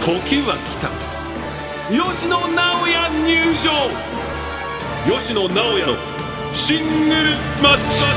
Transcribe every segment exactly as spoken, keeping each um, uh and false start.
時は来た。吉野直哉入場。吉野直哉のシングルマッチ。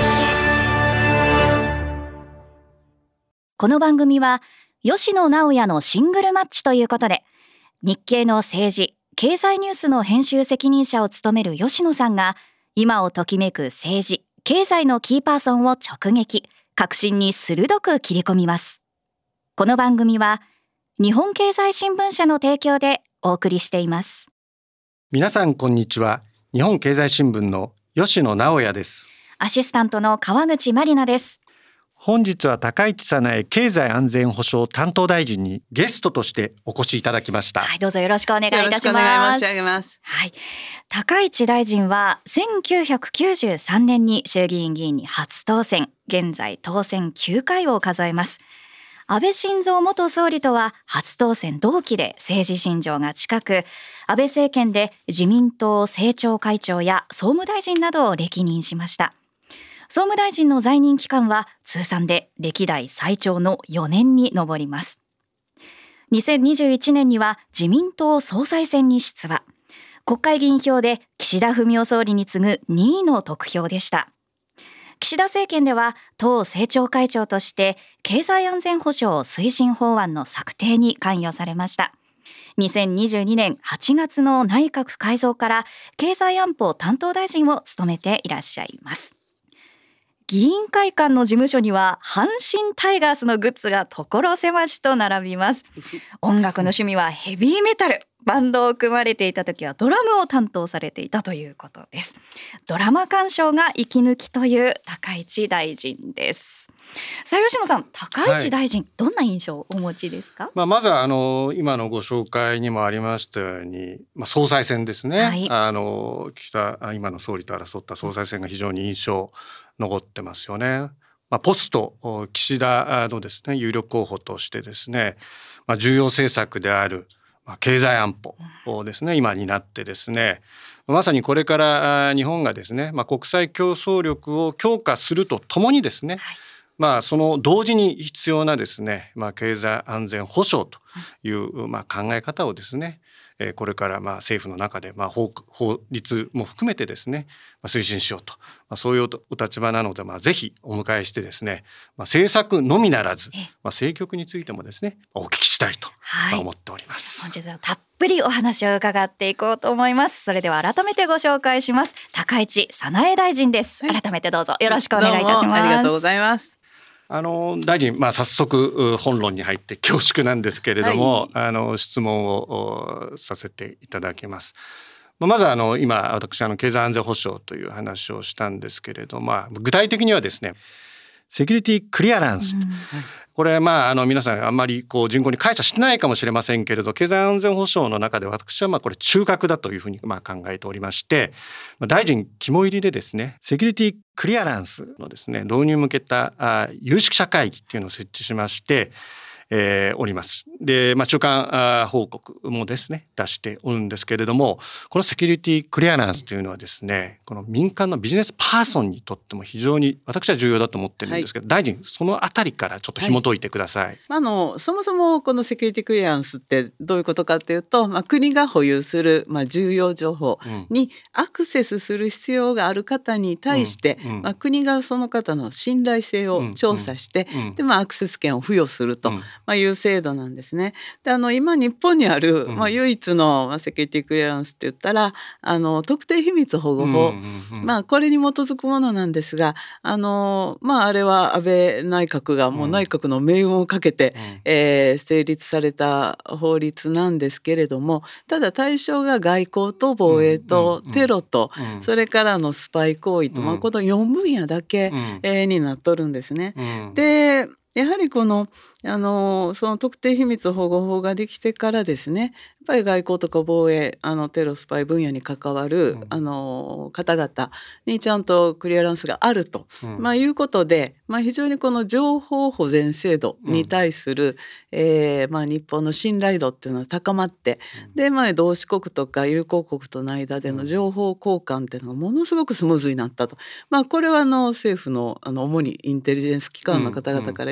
この番組は吉野直哉のシングルマッチということで、日経の政治経済ニュースの編集責任者を務める吉野さんが、今をときめく政治経済のキーパーソンを直撃、核心に鋭く切り込みます。この番組は日本経済新聞社の提供でお送りしています。 皆さんこんにちは。日本経済新聞の吉野直哉です。 アシスタントの川口まりなです。 本日は高市早苗経済安全保障担当大臣にゲストとしてお越しいただきました。 はい、どうぞよろしくお願いいたします。 よろしくお願い申し上げます。 はい、高市大臣はせんきゅうひゃくきゅうじゅうさんねんに衆議院議員に初当選、現在当選きゅうかいを数えます。安倍晋三元総理とは初当選同期で政治信条が近く、安倍政権で自民党政調会長や総務大臣などを歴任しました。総務大臣の在任期間は通算で歴代最長のよねんに上ります。にせんにじゅういちねんには自民党総裁選に出馬。国会議員票で岸田文雄総理に次ぐにいの得票でした。岸田政権では党政調会長として経済安全保障推進法案の策定に関与されました。にせんにじゅうにねんはちがつの内閣改造から経済安保担当大臣を務めていらっしゃいます。議員会館の事務所には阪神タイガースのグッズが所狭しと並びます。音楽の趣味はヘビーメタル。バンドを組まれていた時はドラムを担当されていたということです。ドラマ鑑賞が息抜きという高市大臣です。さあ吉野さん、高市大臣、はい、どんな印象をお持ちですか？ まあ、まずはあの今のご紹介にもありましたように、まあ、総裁選ですね、はい、あの岸田今の総理と争った総裁選が非常に印象残ってますよね。まあ、ポスト岸田のですね有力候補としてですね、まあ、重要政策である経済安保をですね今になってですね、まさにこれから日本がですね、まあ、国際競争力を強化するとともにですね、はい、まあ、その同時に必要なですね、まあ、経済安全保障という、まあ、考え方をですね、これからまあ政府の中でまあ 法, 法律も含めてですね推進しようと、まあ、そういうお立場なので、まあ、ぜひお迎えしてですね、まあ、政策のみならず、まあ、政局についてもですねお聞きしたいと思っております。 はい、本日はたっぷりお話を伺っていこうと思います。それでは改めてご紹介します。高市早苗大臣です。改めてどうぞよろしくお願いいたします。 ありがとうございます。 あの大臣、まあ、早速本論に入って恐縮なんですけれども、はい、あの質問をさせていただきます。まずあの今私あの経済安全保障という話をしたんですけれど、まあ、具体的にはですねセキュリティクリアランスと、うん、これまああの皆さんあんまりこう人口に解釈してないかもしれませんけれど、経済安全保障の中で私はまあこれ中核だというふうにまあ考えておりまして、大臣肝入りでですねセキュリティクリアランスのですね導入に向けた有識者会議っていうのを設置しましてえー、おります。で、まあ、中間報告もですね出しておるんですけれども、このセキュリティクリアランスというのはですねこの民間のビジネスパーソンにとっても非常に私は重要だと思ってるんですけど、はい、大臣そのあたりからちょっと紐解いてください。はい、 あのそもそもこのセキュリティクリアランスってどういうことかっていうと、まあ、国が保有する、まあ、重要情報にアクセスする必要がある方に対して、うんうんまあ、国がその方の信頼性を調査して、うんうんでまあ、アクセス権を付与すると、うんまあ、いう制度なんですね。であの今日本にある、まあ、唯一の、まあ、セキュリティクリアランスって言ったらあの特定秘密保護法、うんうんうんまあ、これに基づくものなんですが あの、まあ、あれは安倍内閣がもう内閣の命運をかけて、うんえー、成立された法律なんですけれども、ただ対象が外交と防衛とテロと、うんうんうん、それからのスパイ行為と、うんまあ、このよんぶんやだけ、うんえー、になっとるんですね。うん、でやはりこの、あのその特定秘密保護法ができてからですね、やっぱり外交とか防衛あのテロスパイ分野に関わる、うん、あの方々にちゃんとクリアランスがあると、うんまあ、いうことで、まあ、非常にこの情報保全制度に対する、うんえーまあ、日本の信頼度っていうのは高まって、うんでまあ、同志国とか友好国との間での情報交換っていうのがものすごくスムーズになったと、まあ、これはあの政府の、あの主にインテリジェンス機関の方々からよ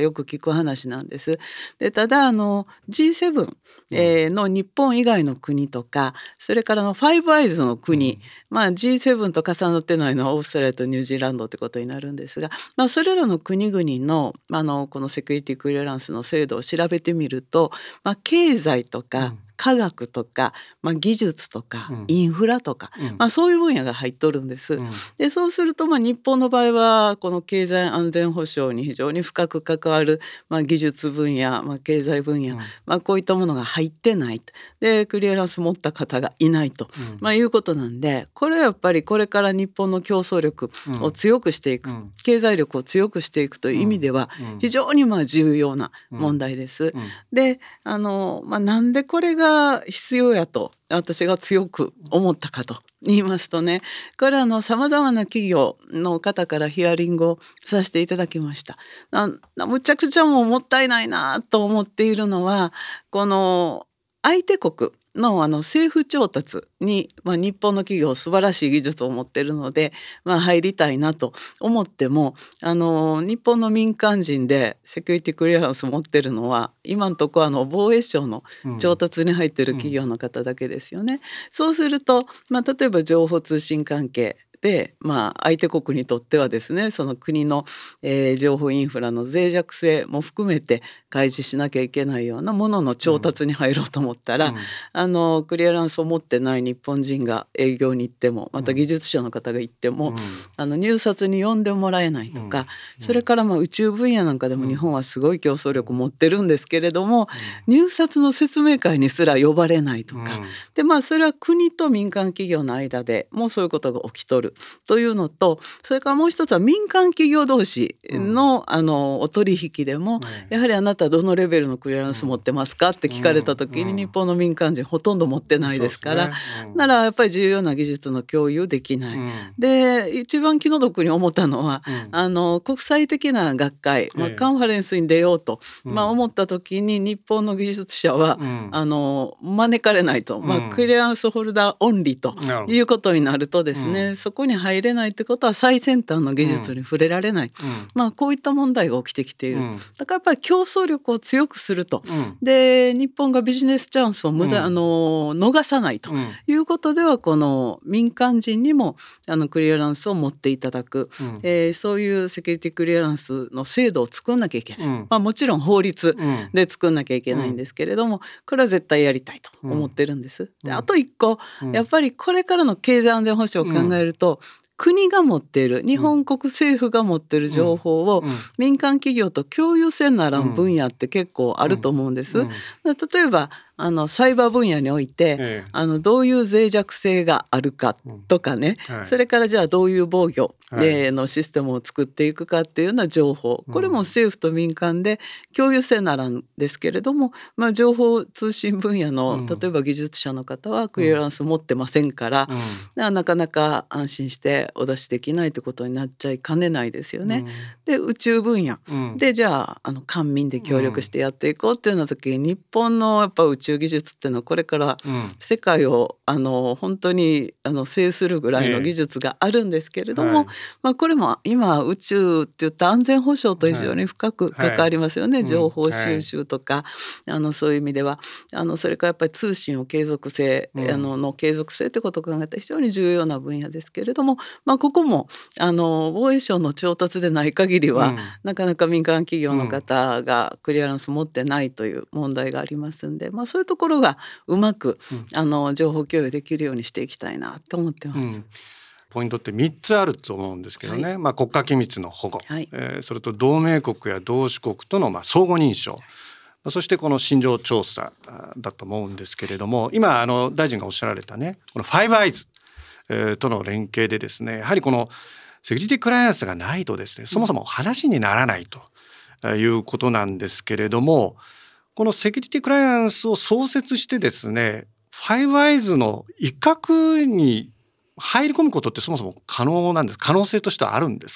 よく聞く話なんです。でただあの ジーセブン、えー、の日本以外の国とか、それからのファイブアイズの国、うん、まあ、ジーセブン と重なってないのはオーストラリアとニュージーランドってことになるんですが、まあ、それらの国々の、あのこのセキュリティクリアランスの制度を調べてみると、まあ、経済とか、うん科学とか、まあ、技術とか、うん、インフラとか、うんまあ、そういう分野が入っとるんです。うん、でそうすると、まあ、日本の場合はこの経済安全保障に非常に深く関わる、まあ、技術分野、まあ、経済分野、うんまあ、こういったものが入ってないでクリアランス持った方がいないと、うんまあ、いうことなんで、これはやっぱりこれから日本の競争力を強くしていく、うん、経済力を強くしていくという意味では非常にまあ重要な問題です。うんうん、であの、まあ、なんでこれが必要やと私が強く思ったかと言いますとね、これはあの様々な企業の方からヒアリングをさせていただきました。なむちゃくちゃもうもったいないなと思っているのは、この相手国のあの政府調達に、まあ、日本の企業素晴らしい技術を持っているので、まあ、入りたいなと思っても、あの日本の民間人でセキュリティクリアランスを持っているのは今のところあの防衛省の調達に入っている企業の方だけですよね。うんうん、そうすると、まあ、例えば情報通信関係で、まあ、相手国にとってはですね、その国の、えー、情報インフラの脆弱性も含めて開示しなきゃいけないようなものの調達に入ろうと思ったら、うん、あのクリアランスを持ってない日本人が営業に行っても、また技術者の方が行っても、うん、あの入札に呼んでもらえないとか、うん、それからまあ宇宙分野なんかでも日本はすごい競争力を持ってるんですけれども、うん、入札の説明会にすら呼ばれないとか、うん、でまあそれは国と民間企業の間でもうそういうことが起きとるというのと、それからもう一つは民間企業同士の、うん、あのお取引でも、うん、やはりあなたどのレベルのクリアランス持ってますかって聞かれた時に、日本の民間人ほとんど持ってないですから、うん、ならやっぱり重要な技術の共有できない、うん、で一番気の毒に思ったのは、うん、あの国際的な学会、まあ、カンファレンスに出ようと、うんまあ、思った時に日本の技術者は、うん、あの招かれないと、まあ、クリアランスホルダーオンリーということになるとですね、うん、そこに入れないってことは最先端の技術に触れられない、うんまあ、こういった問題が起きてきている、うん、だからやっぱり競争力を強くすると、うん、で日本がビジネスチャンスを無駄、うん、あの逃さないということでは、この民間人にもあのクリアランスを持っていただく、うんえー、そういうセキュリティクリアランスの制度を作んなきゃいけない、うんまあ、もちろん法律で作んなきゃいけないんですけれども、これは絶対やりたいと思ってるんです。であと一個、やっぱりこれからの経済安全保障を考えると、うん国が持っている、日本国政府が持っている情報を民間企業と共有せんならん分野って結構あると思うんです。例えばあのサイバー分野において、ええ、あのどういう脆弱性があるかとかね、うんはい、それからじゃあどういう防御、はい、のシステムを作っていくかっていうような情報、これも政府と民間で共有せならんですけれども、まあ、情報通信分野の例えば技術者の方はクリアランス持ってませんから、うん、なかなか安心してお出しできないってことになっちゃいかねないですよね。うん、で宇宙分野、うん、でじゃあ、あの官民で協力してやっていこうっていうような時に、日本のやっぱ宇宙技術っていうのはこれから世界をあの本当にあの制するぐらいの技術があるんですけれども、えーはいまあ、これも今宇宙っていった安全保障と非常に深く関わりますよね、はいはい、情報収集とか、うん、あのそういう意味ではあのそれからやっぱり通信を継続性、うん、あのの継続性ってことを考えたら非常に重要な分野ですけれども、まあ、ここもあの防衛省の調達でない限りは、うん、なかなか民間企業の方がクリアランス持ってないという問題がありますんで、まあ、そういうところがうまく、うん、あの情報共有できるようにしていきたいなと思ってます。うんポイントってみっつあると思うんですけどね、はいまあ、国家機密の保護、はいえー、それと同盟国や同志国とのまあ相互認証、そしてこの信条調査だと思うんですけれども、今あの大臣がおっしゃられたねこのファイブアイズ、えー、との連携でですね、やはりこのセキュリティクライアンスがないとですね、そもそも話にならないということなんですけれども、このセキュリティクライアンスを創設してですね、ファイブアイズの一角に入り込むことってそもそも可能なんですか？可能性としてはあるんですか？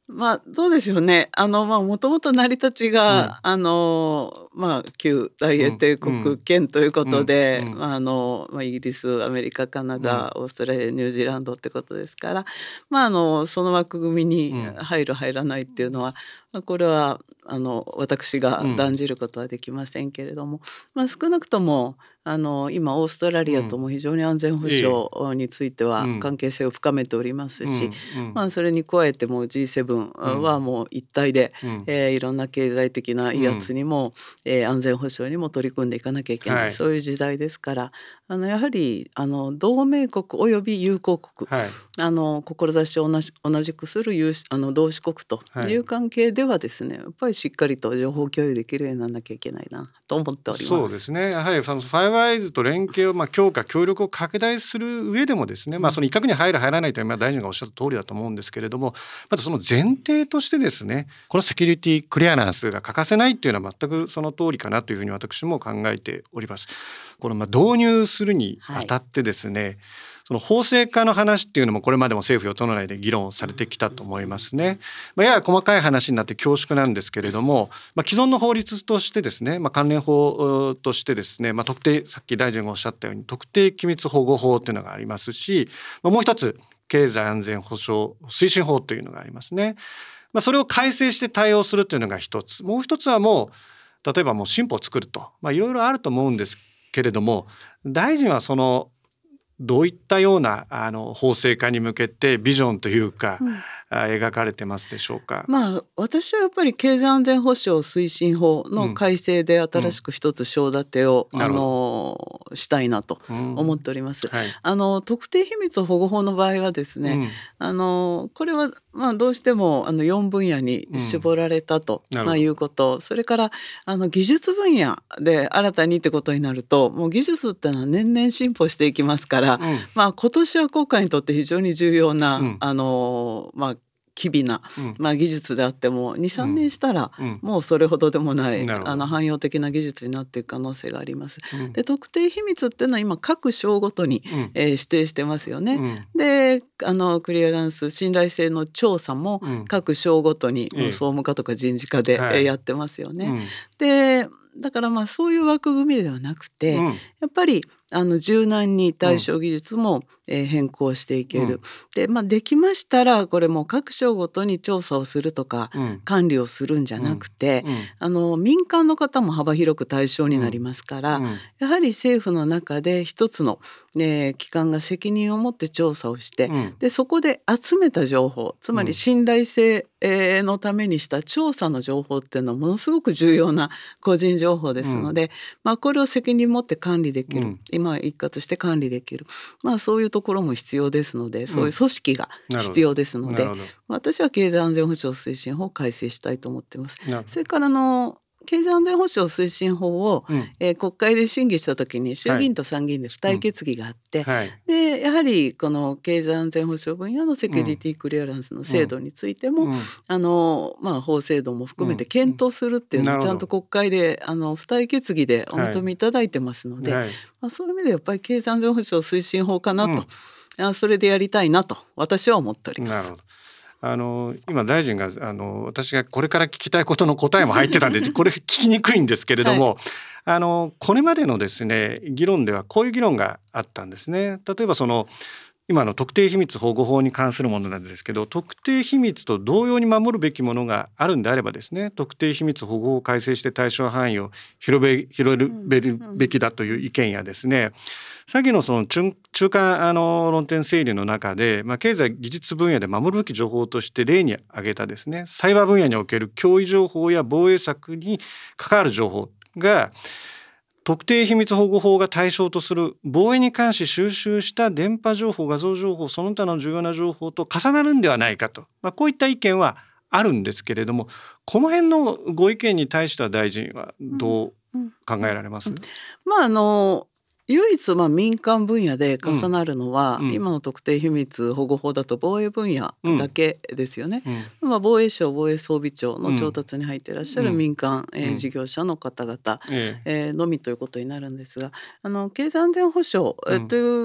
まあどうでしょうね。あのまあもともと成り立ちが、うん、あのまあ旧大英帝国圏ということで、うんうん、あのまあイギリス、アメリカ、カナダ、オーストラリア、ニュージーランドってことですから、まああのその枠組みに入る入らないっていうのは、まあ、これはあの私が断じることはできませんけれども、うんまあ、少なくともあの今オーストラリアとも非常に安全保障については関係性を深めておりますし、うんうんまあ、それに加えても ジーセブン はもう一体で、うんえー、いろんな経済的な威圧にも、うんえー、安全保障にも取り組んでいかなきゃいけない、はい、そういう時代ですから、あのやはりあの同盟国および友好国、はい、あの志を同じ、同じくする有あの同志国という関係ではですね、やっぱりしっかりと情報共有できるようにならなきゃいけないなと思っております。 そうですね。やはりそのファイブアイズと連携をまあ強化協力を拡大する上でもですね、まあ、その一角に入る入らないというのは大臣がおっしゃった通りだと思うんですけれども、まずその前提としてですね、このセキュリティクリアランスが欠かせないっていうのは全くその通りかなというふうに私も考えております。このまあ導入するにあたってですね、はい、その法制化の話っていうのもこれまでも政府与党内で議論されてきたと思いますね。まあ、やや細かい話になって恐縮なんですけれども、まあ、既存の法律としてですね、まあ、関連法としてですね、まあ、特定さっき大臣がおっしゃったように特定機密保護法っていうのがありますし、まあ、もう一つ経済安全保障推進法というのがありますね。まあ、それを改正して対応するというのが一つ、もう一つはもう例えばもう新法を作ると、まあ、いろいろあると思うんですけれども、大臣はそのどういったようなあの法制化に向けてビジョンというか、うん、描かれてますでしょうか。 まあ、私はやっぱり経済安全保障推進法の改正で新しく一つ章立てを、うんうん、あのしたいなと思っております。うんはい、あの特定秘密保護法の場合はですね、うん、あのこれはまあどうしてもあのよんぶんやに絞られたと、うんまあ、いうこと、それからあの技術分野で新たにってことになると、もう技術ってのは年々進歩していきますから、うんまあ、今年は国家にとって非常に重要な、うん、あのまあ機微な、うんまあ、技術であっても にさんねんしたら、うん、もうそれほどでもない、うん、あの汎用的な技術になっていく可能性があります。うん、で特定秘密っていうのは今各省ごとに、うんえー、指定してますよね。うん、であのクリアランス信頼性の調査も各省ごとに、うん、総務課とか人事課で、はい、やってますよね。うん、でだからまあそういう枠組みではなくて、うん、やっぱりあの柔軟に対象技術も、うんえー、変更していける、うん、で、まあ、できましたらこれも各省ごとに調査をするとか、うん、管理をするんじゃなくて、うんうん、あの民間の方も幅広く対象になりますから、うん、やはり政府の中で一つの、ね、機関が責任を持って調査をして、うん、でそこで集めた情報、つまり信頼性のためにした調査の情報っていうのはものすごく重要な個人情報ですので、うんまあ、これを責任持って管理できる、うん、今一括して管理できる、まあ、そういうところも必要ですので、そういう組織が必要ですので、うん、私は経済安全保障推進法を改正したいと思っています。それからの経済安全保障推進法を、うんえー、国会で審議した時に衆議院と参議院で付帯決議があって、はいうん、でやはりこの経済安全保障分野のセキュリティクリアランスの制度についても、うんあのまあ、法制度も含めて検討するっていうのをちゃんと国会であの付帯決議でお認めいただいてますので、はいまあ、そういう意味でやっぱり経済安全保障推進法かなと、うん、あそれでやりたいなと私は思っております。 なるほど。あの今大臣があの私がこれから聞きたいことの答えも入ってたんでこれ聞きにくいんですけれども、はい、あのこれまでのですね議論ではこういう議論があったんですね。例えばその今の特定秘密保護法に関するものなんですけど、特定秘密と同様に守るべきものがあるんであればですね、特定秘密保護法を改正して対象範囲を広べ広げるべきだという意見やですね、さっきのその 中, 中間あの論点整理の中で、まあ、経済技術分野で守るべき情報として例に挙げたですね、サイバー分野における脅威情報や防衛策に関わる情報が特定秘密保護法が対象とする防衛に関し収集した電波情報、画像情報、その他の重要な情報と重なるんではないかと、まあ、こういった意見はあるんですけれども、この辺のご意見に対しては大臣はどう考えられます？ うんうんうん、まああの唯一まあ民間分野で重なるのは、うん、今の特定秘密保護法だと防衛分野だけですよね。うんまあ、防衛省防衛装備庁の調達に入っていらっしゃる民間、うんえー、事業者の方々、うんえー、のみということになるんですが、あの経済安全保障、えー、という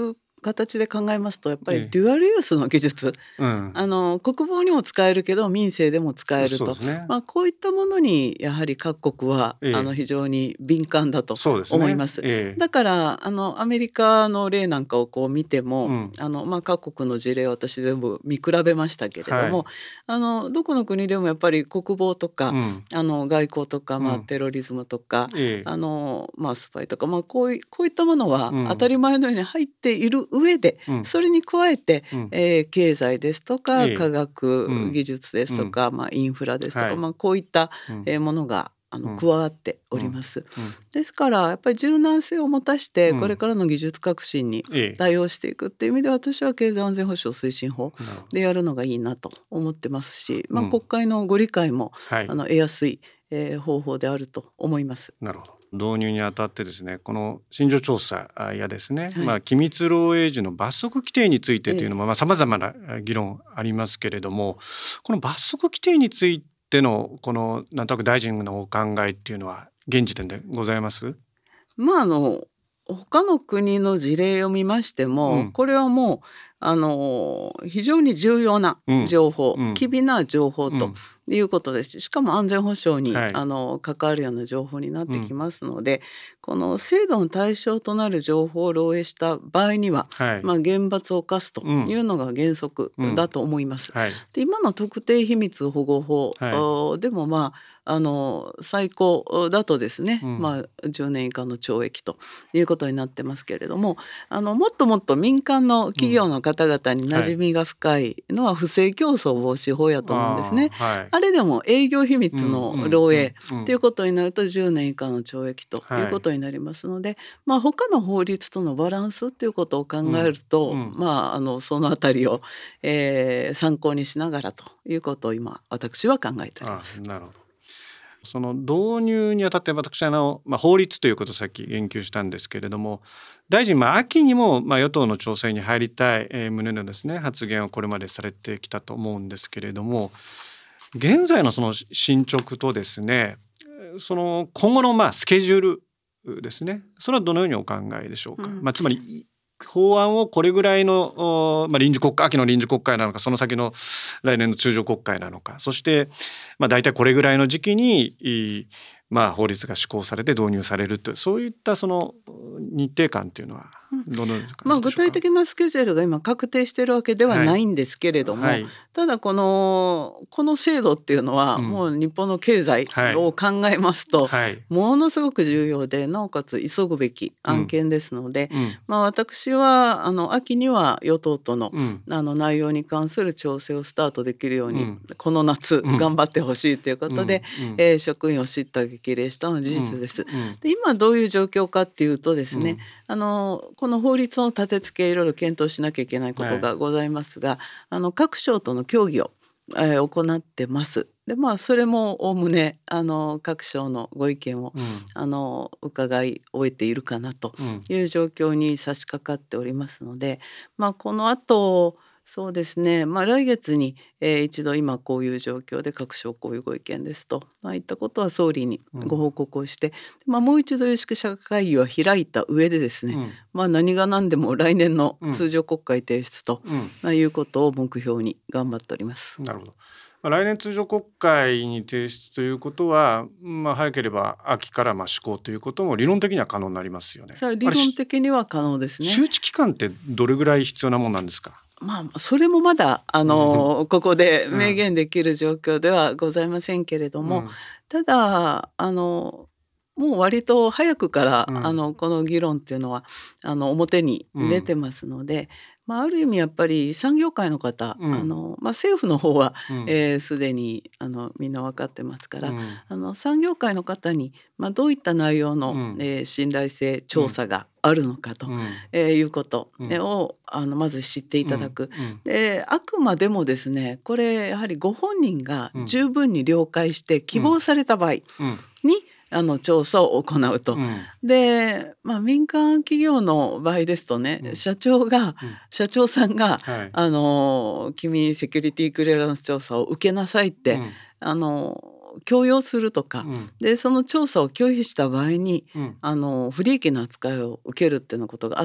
形で考えますとやっぱりデュアルユースの技術、ええうん、あの国防にも使えるけど民生でも使えると、ねまあ、こういったものにやはり各国は、ええ、あの非常に敏感だと思います。 そうですね、ええ、 だからあのアメリカの例なんかをこう見ても、うんあのまあ、各国の事例を私全部見比べましたけれども、はい、あのどこの国でもやっぱり国防とか、うん、あの外交とか、まあ、テロリズムとか、うん、あのまあ、スパイとか、まあ、こうい、こういったものは当たり前のように入っている上で、うん、それに加えて、うんえー、経済ですとか、科学技術ですとか、うんまあ、インフラですとか、はいまあ、こういった、えー、ものがあの加わっております、うんうん、ですからやっぱり柔軟性を持たしてこれからの技術革新に対応していくっていう意味で私は経済安全保障推進法でやるのがいいなと思ってますし、まあ、国会のご理解も、うん、あの得やすい、えー、方法であると思います。 なるほど。導入にあたってですね、この信条調査やですね、はいまあ、機密漏洩時の罰則規定についてというのもさまざまな議論ありますけれども、この罰則規定についてのこのなんとなく大臣のお考えっていうのは現時点でございます？ まああの他の国の事例を見ましても、うん、これはもうあの非常に重要な情報、うん、機微な情報ということです。しかも安全保障に、はい、あの関わるような情報になってきますので、うん、この制度の対象となる情報を漏洩した場合には、はいまあ、厳罰を科すというのが原則だと思います。うんはい、で今の特定秘密保護法、はい、でもまああの最高だとですね、うんまあ、じゅうねん以下の懲役ということになってますけれども、あのもっともっと民間の企業の方々に馴染みが深いのは不正競争防止法やと思うんですね。あ,、はい、あれでも営業秘密の漏洩ということになるとじゅうねん以下の懲役ということになりますので、はいまあ、他の法律とのバランスということを考えると、うんうんまあ、あのそのあたりを、えー、参考にしながらということを今私は考えております。 あ、なるほど。その導入にあたって私あの、まあ、法律ということをさっき言及したんですけれども、大臣、まあ、秋にも、まあ、与党の調整に入りたい、えー、旨のですね発言をこれまでされてきたと思うんですけれども、現在のその進捗とですね、その今後のまあスケジュールですね、それはどのようにお考えでしょうか。うんまあ、つまり法案をこれぐらいの、まあ、臨時国会、秋の臨時国会なのか、その先の来年の通常国会なのか、そして、まあ、大体これぐらいの時期に、まあ、法律が施行されて導入されるという、そういったその日程感というのはどのような感じでしょうか。 まあ、具体的なスケジュールが今確定しているわけではないんですけれども、はいはい、ただこのこの制度っていうのは、もう日本の経済を考えますと、はい、ものすごく重要で、なおかつ急ぐべき案件ですので、うんうんまあ、私はあの秋には与党との、うん、あの内容に関する調整をスタートできるように、うん、この夏頑張ってほしいということで、うんうんえー、職員を叱咤激励したのは事実です。うんうん、で今どういう状況かっていうとですね、うん、あのこの法律の立て付けいろいろ検討しなきゃいけないことがございますが、はい、あの各省との協議を、えー、行ってます。でまあそれもおおむねあの各省のご意見を、うん、あの伺い終えているかなという状況に差し掛かっておりますので、まあ、この後そうですね、まあ、来月に、えー、一度今こういう状況で各省こういうご意見ですと、まあ、いったことは総理にご報告をして、うんまあ、もう一度有識者会議は開いた上でですね、うんまあ、何が何でも来年の通常国会提出と、うんまあ、いうことを目標に頑張っております。 なるほど。来年通常国会に提出ということは、まあ、早ければ秋からまあ施行ということも理論的には可能になりますよね。 それは理論的には可能ですね。 周知期間ってどれぐらい必要なものなんですか。 まあ、それもまだあの、うん、ここで明言できる状況ではございませんけれども、うん、ただあのもう割と早くから、うん、あのこの議論っていうのはあの表に出てますので、うんまあ、ある意味やっぱり産業界の方、うんあのまあ、政府の方はすで、うんえー、にあのみんな分かってますから、うん、あの産業界の方に、まあ、どういった内容の、うんえー、信頼性調査があるのかと、うんえー、いうことを、うん、あのまず知っていただく、うんうん、であくまでもですねこれやはりご本人が十分に了解して希望された場合に、あの調査を行うと、うん、で、まあ、民間企業の場合ですとね、うん、社長が、うん、社長さんが、はい、あの君セキュリティクリアランス調査を受けなさいって、うん、あの強要するとか、うん、でその調査を拒否した場合に、うん、あの不利益な扱いを受けるっていうようなことがあっては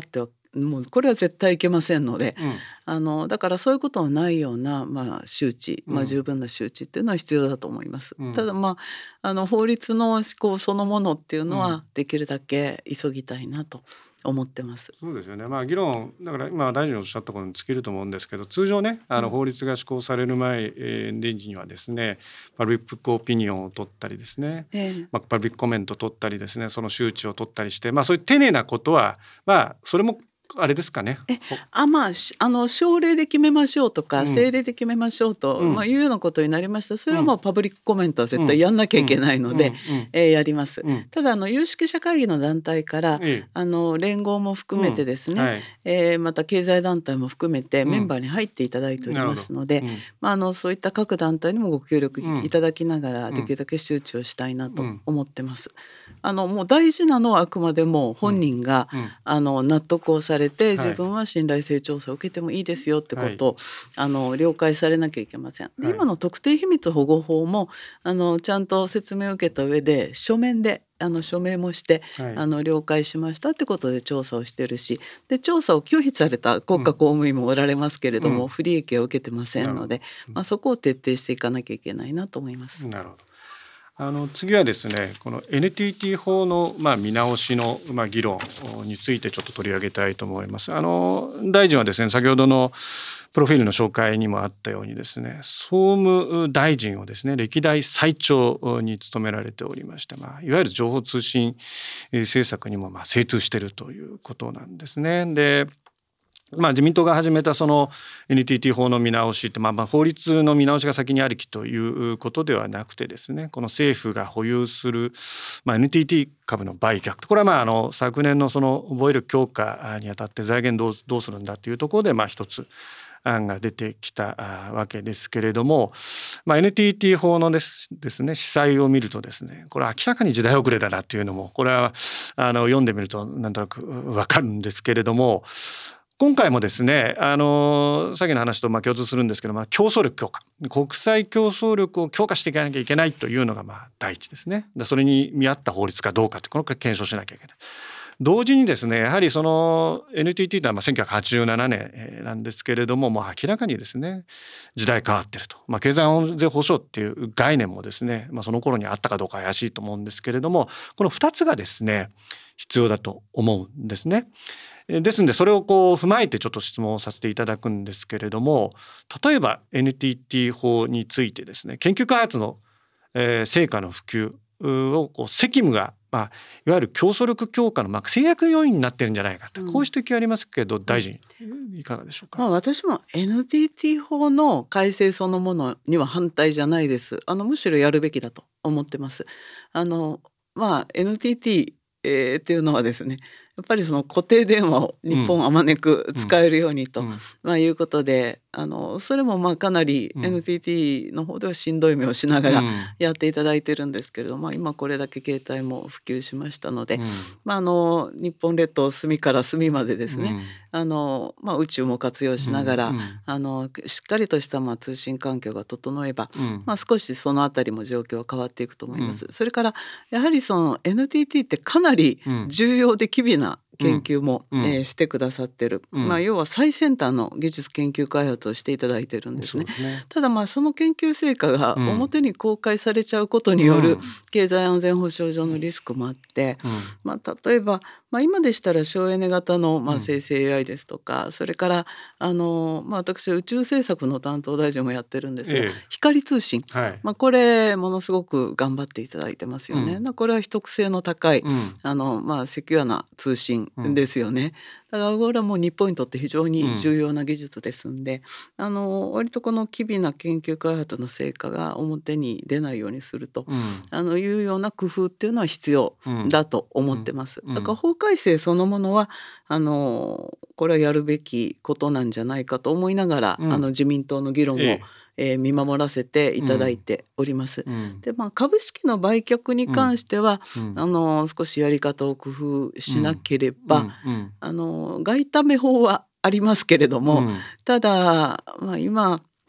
もうこれは絶対いけませんので、 うんあのだからそういうことのないような、まあ、周知、まあ、 うん十分な周知っていうのは必要だと思います。 うんただ、まあ、あの法律の施行そのものっていうのうんはできるだけ急ぎたいなと思ってます。 そうですよね。まあ議論だから今大臣おっしゃったことに尽きると思うんですけど、通常ねあの法律が施行される前、えー、にはですねパブリックオピニオンを取ったりですね、 ええまあ、パブリックコメントを取ったりですね、その周知を取ったりして、まあそういう丁寧なことはまあそれもあれですかね。 えあまあ、しあの省令で決めましょうとか、 うん政令で決めましょうと、 うんまあ、いうようなことになりましたら、それはもうパブリックコメントは絶対やんなきゃいけないので、 うんうんうんえーやります。 うんただあの有識者会議の団体からええあの連合も含めてですね、 うんはいえーまた経済団体も含めてうんメンバーに入っていただいておりますので、 なるほどうんまあ、あのそういった各団体にもご協力うんいただきながら、 うんできるだけ周知をしたいなとうん思ってます。あのもう大事なのはあくまでも本人が、 うんあの納得をされて、 はい自分は信頼性調査を受けてもいいですよってことを、あの了解されなきゃいけません。ではい今の特定秘密保護法もあのちゃんと説明を受けた上で書面であの署名もして、 はいあの了解しましたってことで調査をしてるし、で調査を拒否された国家公務員もおられますけれども、 うん不利益を受けてませんので、 うんまあ、そこを徹底していかなきゃいけないなと思います。 なるほど。あの次はですねこの エヌティーティー 法の、まあ、見直しの、まあ、議論についてちょっと取り上げたいと思います。あの大臣はですね先ほどのプロフィールの紹介にもあったようにですね総務大臣をですね歴代最長に務められておりまして、まあ、いわゆる情報通信政策にもまあ精通しているということなんですね。でまあ、自民党が始めたその エヌティーティー 法の見直しって、まあ、まあ法律の見直しが先にありきということではなくてですねこの政府が保有する、まあ、エヌティーティー 株の売却、これはまああの昨年のその防衛力強化にあたって財源どうどうするんだというところでまあ一つ案が出てきたわけですけれども、まあ、エヌティーティー 法のですですね司載を見るとですねこれは明らかに時代遅れだなというのもこれはあの読んでみるとなんとなく分かるんですけれども、今回もですねあのさっきの話とまあ共通するんですけど、まあ、競争力強化、国際競争力を強化していかなきゃいけないというのがまあ第一ですね。でそれに見合った法律かどうかというこれを検証しなきゃいけない。同時にですねやはりその エヌティーティー というのはまあせんきゅうひゃくはちじゅうななねんなんですけれども、もう明らかにですね時代変わっていると、まあ、経済安全保障っていう概念もですね、まあ、その頃にあったかどうか怪しいと思うんですけれども、このふたつがですね必要だと思うんですね。ですのでそれをこう踏まえてちょっと質問をさせていただくんですけれども、例えば エヌティーティー 法についてですね研究開発の、えー、成果の普及をこう責務が、まあ、いわゆる競争力強化のまあ制約要因になってるんじゃないかと、こういう指摘ありますけど、うん、大臣いかがでしょうか。 まあ、私も エヌティーティー 法の改正そのものには反対じゃないです。あのむしろやるべきだと思ってます。あの、まあ、エヌティーティーえー、っていうのはですねやっぱりその固定電話を日本あまねく使えるようにと、うんまあ、いうことであのそれもまあかなり エヌティーティー の方ではしんどい目をしながらやっていただいてるんですけれども、まあ、今これだけ携帯も普及しましたので、うんまあ、あの日本列島隅から隅までですね、うんあのまあ、宇宙も活用しながら、うん、あのしっかりとしたまあ通信環境が整えば、うんまあ、少しそのあたりも状況は変わっていくと思います。うん、それからやはりその エヌティーティー ってかなり重要で機微な研究も、うんえー、してくださってる、うんまあ、要は最先端の技術研究開発をしていただいてるんですね。ですねただまあその研究成果が表に公開されちゃうことによる経済安全保障上のリスクもあって、うんまあ、例えば、まあ、今でしたら省エネ型のまあ生成 エーアイ ですとか、うん、それからあの、まあ、私は宇宙政策の担当大臣もやってるんですが、ええ、光通信、はいまあ、これものすごく頑張っていただいてますよね。うん、これは秘匿性の高い、うん、あのまあ、セキュアな通信ですよね。だからこれはもう日本にとって非常に重要な技術ですんで、うん、あの割とこの機微な研究開発の成果が表に出ないようにすると、うん、あのいうような工夫っていうのは必要だと思ってます。うん、だから法改正そのものはあのこれはやるべきことなんじゃないかと思いながら、うん、あの自民党の議論を、えええー、見守らせていただいております。うん、でまあ、株式の売却に関しては、うん、あの少しやり方を工夫しなければ、うんうん、あの外為法はありますけれども、うん、ただ、まあ、今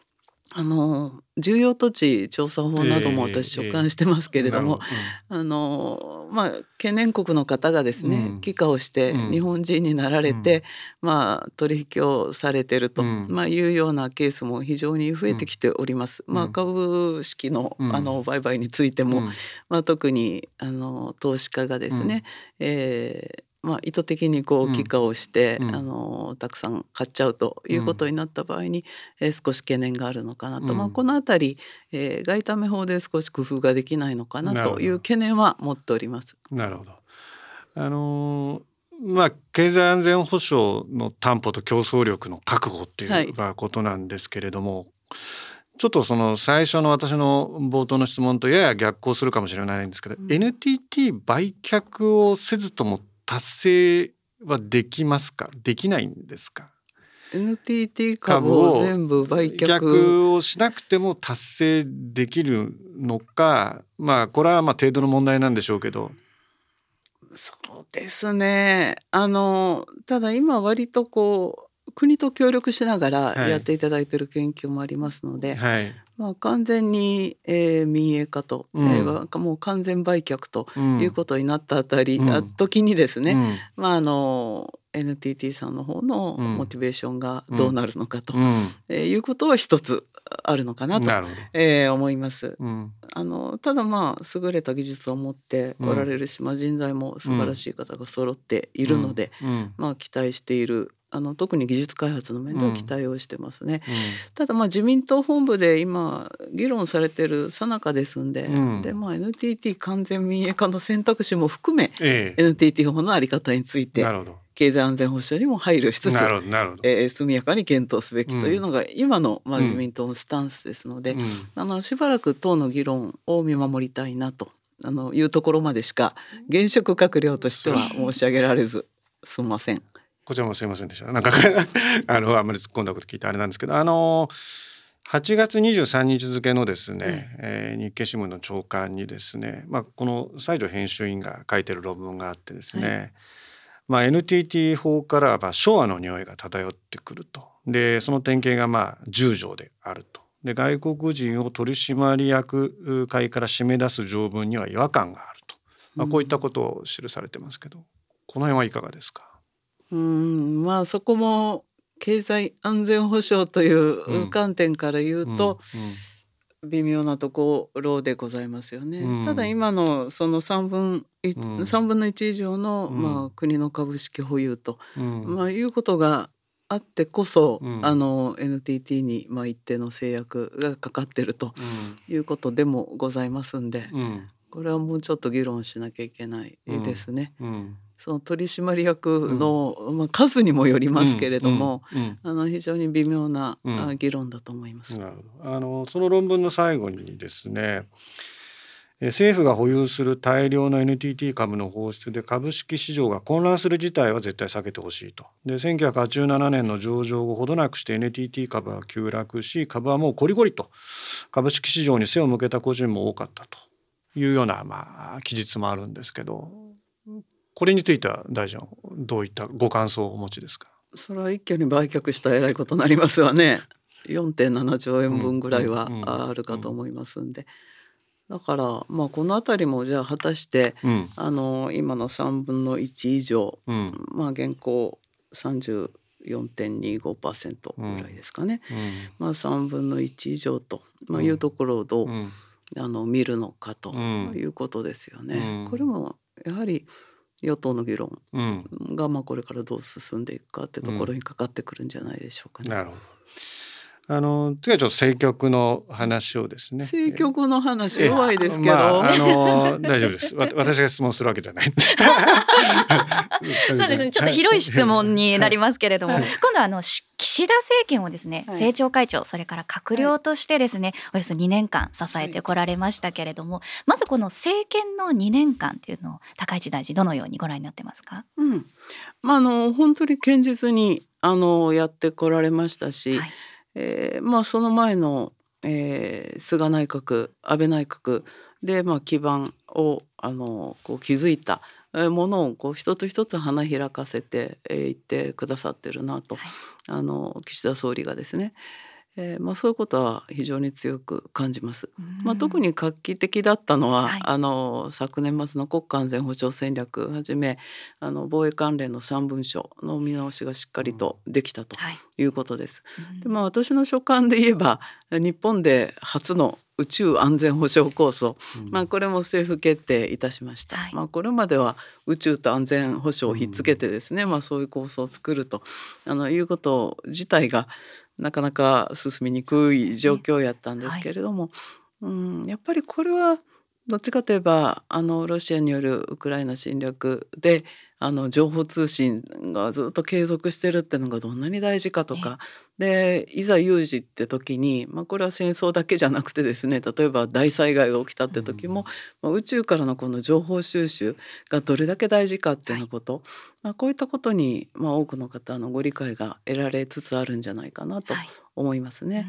あの重要土地調査法なども私所管してますけれども、えーえーあのまあ、懸念国の方がですね、うん、帰化をして日本人になられて、うんまあ、取引をされてると、うんまあ、いうようなケースも非常に増えてきております。うんまあ、株式 の,、うん、あの売買についても、うんまあ、特にあの投資家がですね、うんえーまあ、意図的にこう帰化をして、うん、あのたくさん買っちゃうということになった場合に、うんえー、少し懸念があるのかなと、うんまあ、このあたり、えー、外為法で少し工夫ができないのかなという懸念は持っております。 なるほど。あのーまあ、経済安全保障の担保と競争力の確保っていう、はい、ことなんですけれども、ちょっとその最初の私の冒頭の質問とやや逆行するかもしれないんですけど、うん、エヌティーティー 売却をせずとも達成はできますか、できないんですか。 エヌティーティー 株を全部売却逆をしなくても達成できるのか、まあこれはまあ程度の問題なんでしょうけど。 そうですね、あのただ今割とこう国と協力しながらやっていただいている研究もありますので、はいまあ、完全に、えー、民営化と、うんえー、もう完全売却ということになったあたり、うん、時にですね、うんまあ、あの エヌティーティー さんの方のモチベーションがどうなるのかと、うんえー、いうことは一つあるのかなと、えー、思います、うん、あのただまあ優れた技術を持っておられるし、まあ、人材も素晴らしい方が揃っているので、うんうんまあ、期待しているあの特に技術開発の面では期待をしてますね、うんうん、ただまあ自民党本部で今議論されている最中ですんで、うん、でまあ エヌティーティー 完全民営化の選択肢も含め、ええ、エヌティーティー 法の在り方について経済安全保障にも配慮しつつ、えー、速やかに検討すべきというのが今の、まあ、自民党のスタンスですので、うん、あのしばらく党の議論を見守りたいなとあのいうところまでしか現職閣僚としては申し上げられずすみません。 こちらもすいませんでした。なんかあのあんまり突っ込んだこと聞いてあれなんですけど、あのはちがつにじゅうさんにち付のですね、うんえー、日経新聞の朝刊にですね、まあ、この西条編集員が書いてる論文があってですね、はいまあ、エヌティーティー 法からは昭和の匂いが漂ってくると。でその典型がまあじゅう条であると。で外国人を取締役会から締め出す条文には違和感があると、まあ、こういったことを記されてますけど、うん、この辺はいかがですか。 うんまあそこも経済安全保障という観点から言うと、うんうんうん、微妙なところでございますよね、うん、ただ今のそのさんぶん、うん、さんぶんのいち以上の、うんまあ、国の株式保有と、うんまあ、いうことがあってこそ、うん、あの エヌティーティー に、まあ、一定の制約がかかっているということでもございますんで、うん、これはもうちょっと議論しなきゃいけないですね、うんうんその取締役の、うんまあ、数にもよりますけれども、うんうんうん、あの非常に微妙な、うん、議論だと思います。 なるほど。あのその論文の最後にですね、政府が保有する大量の エヌティーティー 株の放出で株式市場が混乱する事態は絶対避けてほしいと。でせんきゅうひゃくはちじゅうななねんの上場後ほどなくして エヌティーティー 株は急落し、株はもうコリコリと株式市場に背を向けた個人も多かったというような、まあ、記述もあるんですけど、これについては大臣はどういったご感想をお持ちですか。 それは一挙に売却したらえらいことになりますわね。よんてんななちょうえんぶんぐらいはあるかと思いますんで、だから、まあ、このあたりもじゃあ果たして、うん、あの今のさんぶんのいち以上、うんまあ、現行 さんじゅうよんてんにじゅうごパーセント ぐらいですかね、うんまあ、さんぶんのいち以上と、まあ、いうところをどう、うん、あの見るのかということですよね、うん、これもやはり与党の議論がまあこれからどう進んでいくかってところにかかってくるんじゃないでしょうかね、 うん、なるほど。あの次はちょっと政局の話をですね。 政局の話弱いですけど、まあ、あの大丈夫です。私が質問するわけじゃないんです。 そうですね。ちょっと広い質問になりますけれども、はい、今度はあの岸田政権をですね、はい、政調会長それから閣僚としてですね、はい、およそにねんかん支えてこられましたけれども、はい、まずこの政権のにねんかんっていうのを高市大臣どのようにご覧になってますか。 うん、まああの本当に堅実にあのやってこられましたし。はいえーまあ、その前の、えー、菅内閣安倍内閣で、まあ、基盤をあのこう築いたものをこう一つ一つ花開かせていってくださってるなと、はい、あの岸田総理がですね、 えーまあ、そういうことは非常に強く感じます。まあ、特に画期的だったのは、はい、あの昨年末の国家安全保障戦略はじめあの防衛関連のさん文書の見直しがしっかりとできたということです。はい、でまあ、私の所感で言えば日本で初の宇宙安全保障構想、うんまあ、これも政府決定いたしました。はい、まあ、これまでは宇宙と安全保障をひっつけてですね、うんまあ、そういう構想を作るとあのいうこと自体がなかなか進みにくい状況やったんですけれども、う、ねはい、うんやっぱりこれはどっちかといえばあのロシアによるウクライナ侵略であの情報通信がずっと継続してるってのがどんなに大事かとかでいざ有事って時に、まあ、これは戦争だけじゃなくてですね例えば大災害が起きたって時も、うんまあ、宇宙からのこの情報収集がどれだけ大事かっていうようなこと、はいまあ、こういったことに、まあ、多くの方のご理解が得られつつあるんじゃないかなと思いますね。はい、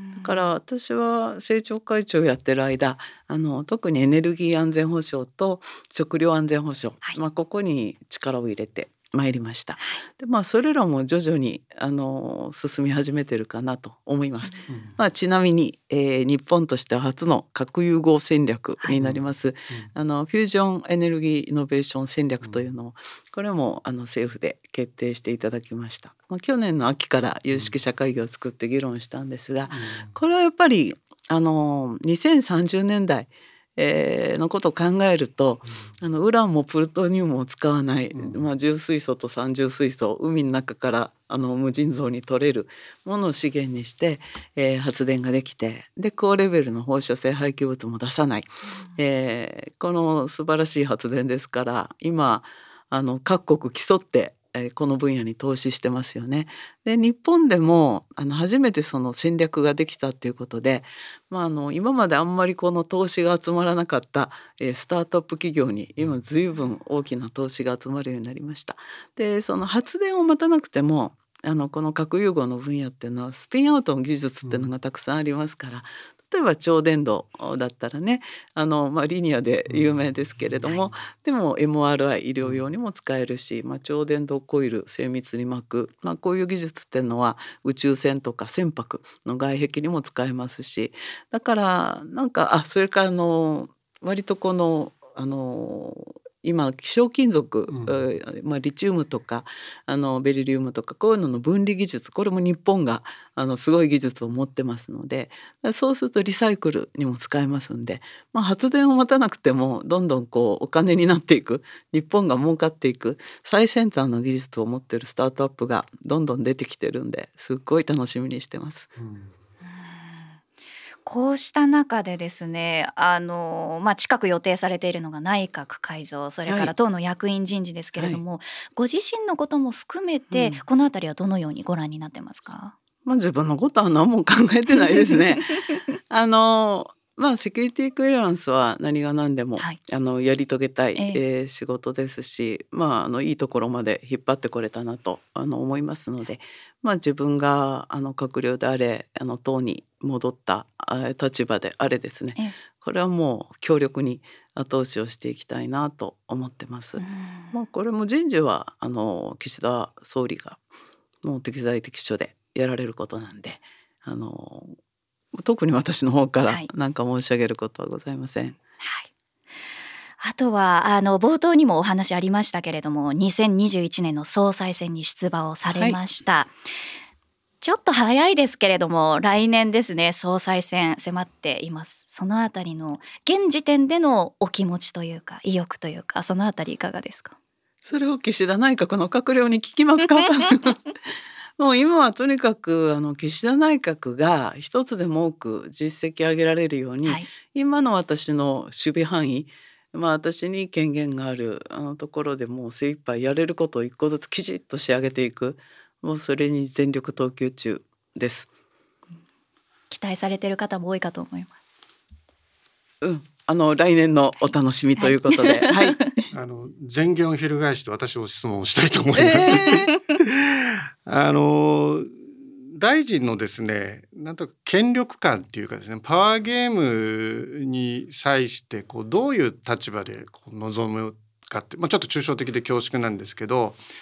だから私は政調会長やってる間あの特にエネルギー安全保障と食料安全保障、はいまあ、ここに力を入れてまいりました。で、まあ、それらも徐々にあの進み始めてるかなと思います。うんまあ、ちなみに、えー、日本としては初の核融合戦略になります、はいうん、あのフュージョンエネルギーイノベーション戦略というのをこれもあの政府で決定していただきました。まあ、去年の秋から有識者会議を作って議論したんですが、うん、これはやっぱりあのにせんさんじゅうねんだいえー、のことを考えると、うん、あのウランもプルトニウムを使わない、うんまあ、重水素と三重水素海の中からあの無尽蔵に取れるものを資源にして、えー、発電ができてで高レベルの放射性廃棄物も出さない、うんえー、この素晴らしい発電ですから今あの各国競ってこの分野に投資してますよね。で日本でもあの初めてその戦略ができたっていうことで、まあ、あの今まであんまりこの投資が集まらなかった、えー、スタートアップ企業に今随分大きな投資が集まるようになりました。でその発電を待たなくてもあのこの核融合の分野っていうのはスピンアウトの技術っていうのがたくさんありますから、うん例えば超伝導だったらねあの、まあ、リニアで有名ですけれども、うんはい、でも エムアールアイ 医療用にも使えるし、まあ、超伝導コイル精密に巻く、まあ、こういう技術っていうのは宇宙船とか船舶の外壁にも使えますしだからなんかあそれからあの割とこのあの今希少金属、うんまあ、リチウムとかあのベリリウムとかこういうのの分離技術これも日本があのすごい技術を持ってますのでそうするとリサイクルにも使えますんで、まあ、発電を待たなくてもどんどんこうお金になっていく日本が儲かっていく最先端の技術を持っているスタートアップがどんどん出てきてるんですっごい楽しみにしてます。うんこうした中でですねあの、まあ、近く予定されているのが内閣改造それから党の役員人事ですけれども、はい、ご自身のことも含めて、うん、このあたりはどのようにご覧になってますか？ まあ、自分のことは何も考えてないですねあのまあセキュリティクリアランスは何が何でも、はい、あのやり遂げたい、ええー、仕事ですし、まあ、あのいいところまで引っ張ってこれたなとあの思いますので、まあ、自分があの閣僚であれあの党に戻った立場であれですね、ええ、これはもう強力に後押しをしていきたいなと思ってます。まあ、これも人事はあの岸田総理がもう適材適所でやられることなんであの特に私の方から何か申し上げることはございません。はいはいあとはあの冒頭にもお話ありましたけれどもにせんにじゅういちねんの総裁選に出馬をされました、はい、ちょっと早いですけれども来年ですね総裁選迫っています。そのあたりの現時点でのお気持ちというか意欲というかそのあたりいかがですか？ それを岸田内閣の閣僚に聞きますかもう今はとにかくあの岸田内閣が一つでも多く実績上げられるように、はい、今の私の守備範囲まあ、私に権限があるあのところでもう精一杯やれることを一個ずつきちっと仕上げていくもうそれに全力投球中です。 期待されている方も多いかと思います。 うん、あの来年のお楽しみということで、はいはい、 あの前言を翻して私も質問をしたいと思います。えー、あの大臣のですねなんとか権力感っていうかですねパワーゲームに際してこうどういう立場でこう臨むかって、まあ、ちょっと抽象的で恐縮なんですけど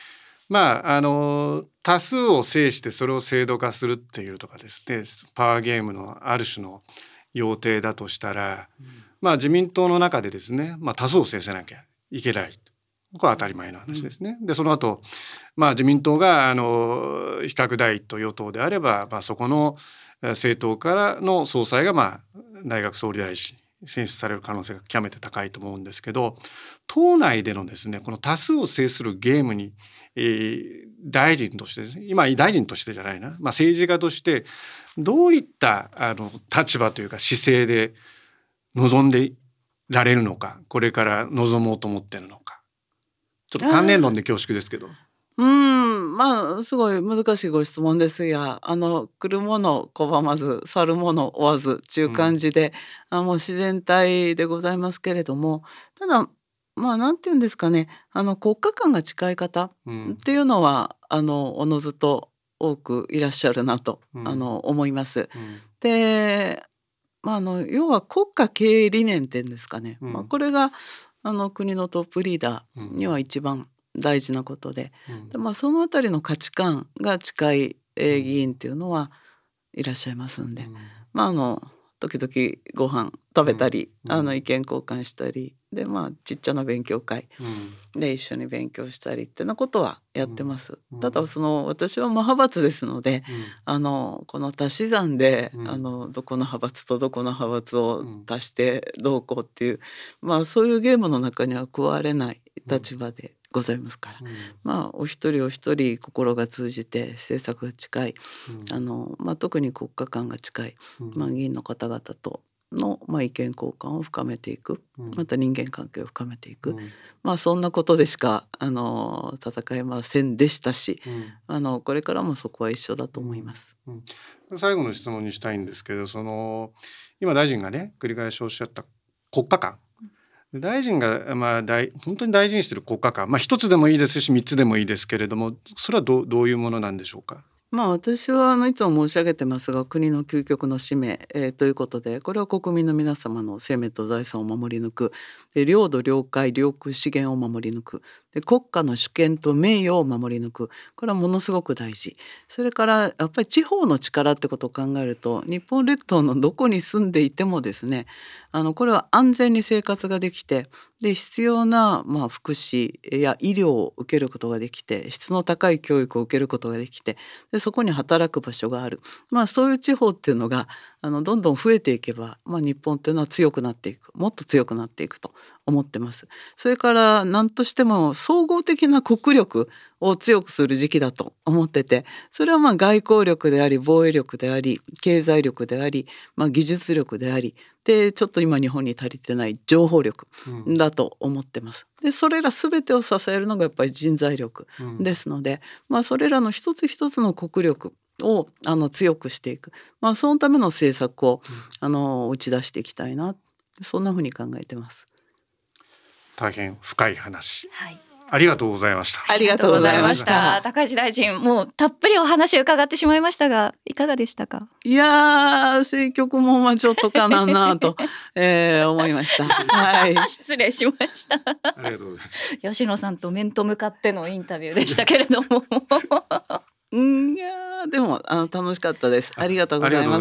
まああの多数を制してそれを制度化するっていうとかですね、パワーゲームのある種の要諦だとしたら、うん、まあ自民党の中でですね、まあ、多数を制せなきゃいけない。これは当たり前の話ですね。でその後、まあ自民党があの比較第一党与党であれば、まあ、そこの政党からの総裁がまあ内閣総理大臣に選出される可能性が極めて高いと思うんですけど、党内でのですねこの多数を制するゲームに、えー、大臣としてですね、今大臣としてじゃないな、まあ、政治家としてどういったあの立場というか姿勢で臨んでられるのか、これから臨もうと思っているのか、ちょっと関連論で恐縮ですけど。 うんまあすごい難しいご質問ですが、あの来るもの拒まず去るもの追わずという感じで、うん、あもう自然体でございますけれども、ただまあなんていうんですかね、あの国家間が近い方っていうのは、うん、あのおのずと多くいらっしゃるなと、うん、あの思います。うん、で、まあ、あの要は国家経営理念っていうんですかね、うんまあ、これがあの国のトップリーダーには一番大事なことで、うん、でまあ、そのあたりの価値観が近い、えー、議員っていうのはいらっしゃいますんで、うんまあ、あの時々ご飯食べたり、うん、あの意見交換したりで、まあ、ちっちゃな勉強会で一緒に勉強したりってなことはやってます、うん、ただその私は派閥ですので、うん、あのこの足し算で、うん、あのどこの派閥とどこの派閥を足してどうこうっていう、まあ、そういうゲームの中には加われない立場でございますから、うん、まあお一人お一人心が通じて政策が近い、うんあのまあ、特に国家間が近い、うんまあ、議員の方々との、まあ、意見交換を深めていく、うん、また人間関係を深めていく、うんまあ、そんなことでしかあの戦えませんでしたし、うん、あのこれからもそこは一緒だと思います、 うんうん、最後の質問にしたいんですけど、その今大臣がね繰り返しおっしゃった国家間、大臣が、まあ、大本当に大事にしている国家間、まあ、一つでもいいですし三つでもいいですけれども、それは ど, どういうものなんでしょうか。 まあ、私はあのいつも申し上げてますが、国の究極の使命、えー、ということで、これは国民の皆様の生命と財産を守り抜く、で領土領海領空資源を守り抜く、で国家の主権と名誉を守り抜く、これはものすごく大事。それからやっぱり地方の力ってことを考えると、日本列島のどこに住んでいてもですね、あのこれは安全に生活ができて、で必要な、まあ、福祉や医療を受けることができて、質の高い教育を受けることができて、でそこに働く場所がある、まあ、そういう地方っていうのがあのどんどん増えていけば、まあ、日本っていうのは強くなっていく、もっと強くなっていくと思ってます。それから何としても総合的な国力を強くする時期だと思ってて、それはまあ外交力であり防衛力であり経済力であり、まあ、技術力でありで、ちょっと今日本に足りてない情報力だと思ってます。でそれら全てを支えるのがやっぱり人材力ですので、うんまあ、それらの一つ一つの国力をあの強くしていく、まあ、そのための政策を、うん、あの打ち出していきたいな、そんなふうに考えてます。 大変深い話、はい、ありがとうございました。 ありがとうございました。 高市大臣、もうたっぷりお話を伺ってしまいましたが、いかがでしたか。 いや政局もまあちょっとかななと、えー、思いました、はい、 失礼しましたありがとうございます。 吉野さんと面と向かってのインタビューでしたけれどもうんいやでもあの楽しかったです。ありがとうございます。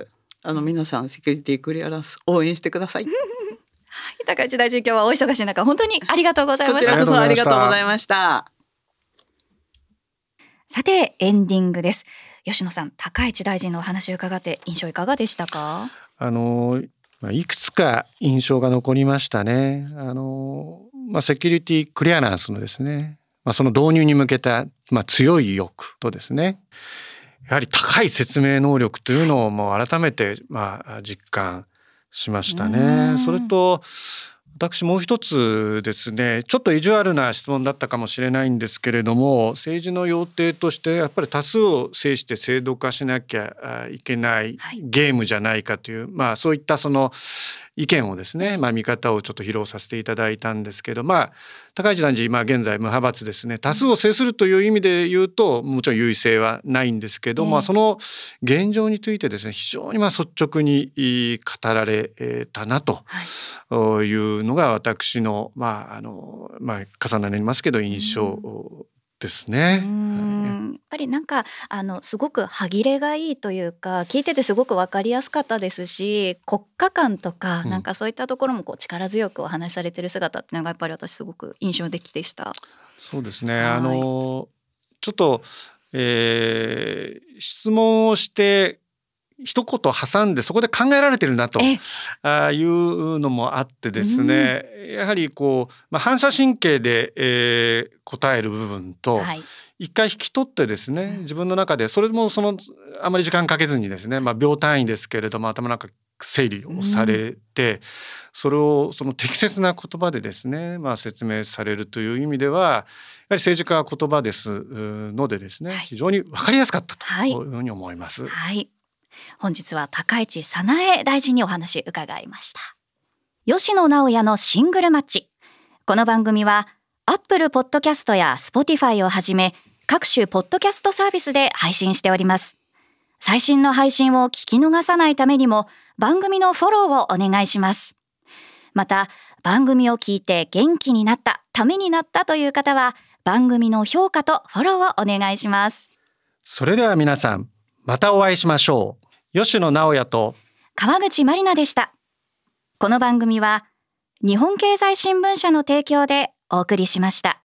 あの皆さんセキュリティクリアランス応援してくださいはい、高市大臣、今日はお忙しい中本当にありがとうございました。 こちらこそありがとうございました。 さてエンディングです。吉野さん、高市大臣のお話を伺って印象いかがでしたか。 あのいくつか印象が残りましたね。あの、まあ、セキュリティクリアランスのですね、まあ、その導入に向けた、まあ、強い意欲とですね、やはり高い説明能力というのをもう改めて、まあ、実感しましたね。それと私もう一つですね、ちょっと意地悪な質問だったかもしれないんですけれども、政治の要諦としてやっぱり多数を制して制度化しなきゃいけないゲームじゃないかという、まあそういったその意見をですね、まあ見方をちょっと披露させていただいたんですけど、まあ高市大臣、まあ現在無派閥ですね、多数を制するという意味で言うともちろん優位性はないんですけど、まあその現状についてですね、非常にまあ率直に語られたなというのが私のまああのまあ重なりますけど印象ですね。 うーんやっぱりなんかあのすごく歯切れがいいというか、聞いててすごく分かりやすかったですし、国家観とか、 うんなんかそういったところもこう力強くお話しされてる姿っていうのがやっぱり私すごく印象的でした。 そうですね。 はいあのちょっと、えー質問をして一言挟んでそこで考えられてるなとえあいうのもあってですね、やはりこう、まあ、反射神経で、えー答える部分と、 はい一回引き取ってですね、自分の中でそれもそのあまり時間かけずにですね、まあ、秒単位ですけれども頭の中整理をされて、それをその適切な言葉でですね、まあ、説明されるという意味ではやはり政治家は言葉ですのでですね、 はい非常に分かりやすかったとはいいうふうに思います。 はい本日は高市早苗大臣にお話伺いました。吉野直也のシングルマッチ。この番組は Apple Podcast や Spotify をはじめ各種ポッドキャストサービスで配信しております。最新の配信を聞き逃さないためにも番組のフォローをお願いします。また番組を聞いて元気になった、ためになったという方は番組の評価とフォローをお願いします。 それでは皆さんまたお会いしましょう。吉野直也と川口まりなでした。この番組は日本経済新聞社の提供でお送りしました。